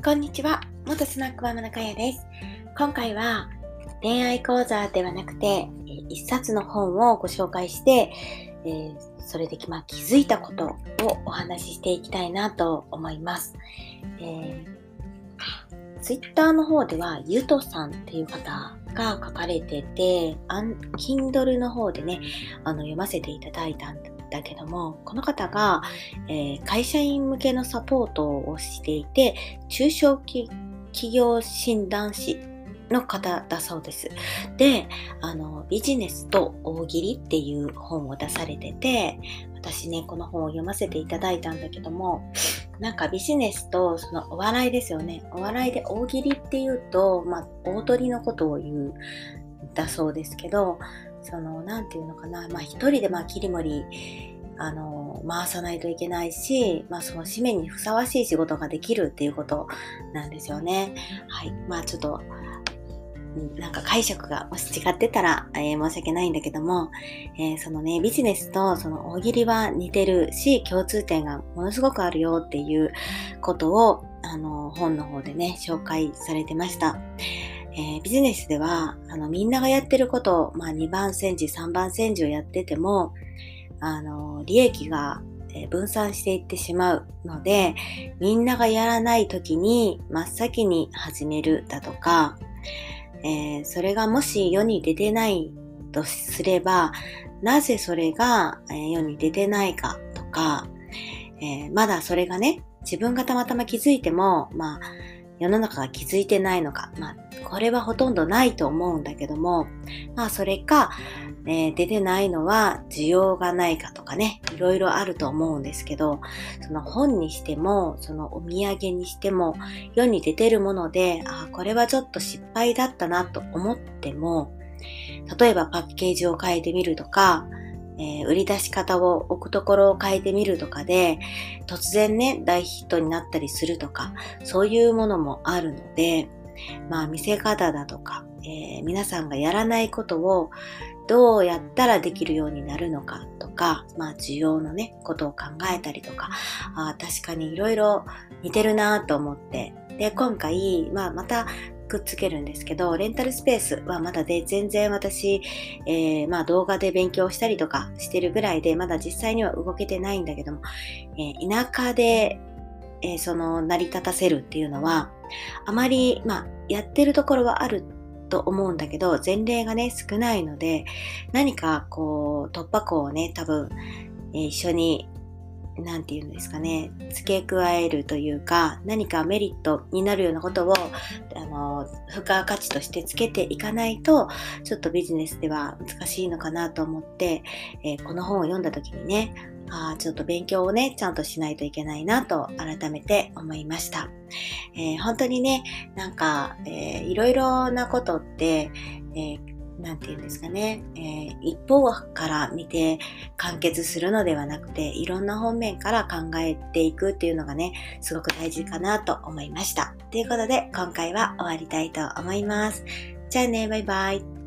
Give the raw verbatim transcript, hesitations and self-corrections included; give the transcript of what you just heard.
こんにちは、元スナックママのかやです。今回は恋愛講座ではなくて、一冊の本をご紹介して、えー、それで、まあ、気づいたことをお話ししていきたいなと思います。えー、ツイッターの方ではゆとさんっていう方が書かれてて、Kindle の方でね、あの読ませていただいたんだけども、この方が、えー、会社員向けのサポートをしていて、中小企業診断士の方だそうです。で、あのビジネスと大喜利っていう本を出されてて、私ねこの本を読ませていただいたんだけども、なんかビジネスとそのお笑いですよね。お笑いで大喜利っていうと、まあ大鳥のことを言うんだそうですけど、そのなんていうのかな、まあ一人でまあ切り盛りあの回さないといけないし、まあその使命にふさわしい仕事ができるっていうことなんですよね。はい、まあちょっとなんか解釈がもし違ってたら、えー、申し訳ないんだけども、えー、そのねビジネスとその大喜利は似てるし、共通点がものすごくあるよっていうことをあの本の方でね紹介されてました。えー、ビジネスではあのみんながやってることを、まあ、にばん煎じさんばん煎じをやっててもあの利益が分散していってしまうので、みんながやらない時に真っ先に始めるだとか、えー、それがもし世に出てないとすれば、なぜそれが世に出てないかとか、えー、まだそれがね自分がたまたま気づいても、まあ世の中が気づいてないのか、まあこれはほとんどないと思うんだけども、まあそれか、えー、出てないのは需要がないかとかね、いろいろあると思うんですけど、その本にしても、そのお土産にしても、世に出てるもので、あ、これはちょっと失敗だったなと思っても、例えばパッケージを変えてみるとか、えー、売り出し方を置くところを変えてみるとかで、突然ね、大ヒットになったりするとか、そういうものもあるので、まあ見せ方だとか、えー、皆さんがやらないことをどうやったらできるようになるのかとか、まあ需要のね、ことを考えたりとか、あ、確かにいろいろ似てるなと思って、で、今回、まあまたくっつけるんですけど、レンタルスペースはまだで全然私、えー、まあ動画で勉強したりとかしてるぐらいで、まだ実際には動けてないんだけども、えー、田舎で、えー、その成り立たせるっていうのは、あまり、まあやってるところはあると思うんだけど、前例がね少ないので、何かこう突破口をね多分、えー、一緒になんていうんですかね、付け加えるというか、何かメリットになるようなことをあの付加価値としてつけていかないと、ちょっとビジネスでは難しいのかなと思って、えー、この本を読んだ時にね、あ、ちょっと勉強をねちゃんとしないといけないなと改めて思いました。えー、本当にね、なんか、えー、いろいろなことって、えーなんていうんですかね、えー、一方から見て完結するのではなくて、いろんな方面から考えていくっていうのがね、すごく大事かなと思いました。ということで、今回は終わりたいと思います。じゃあね、バイバイ。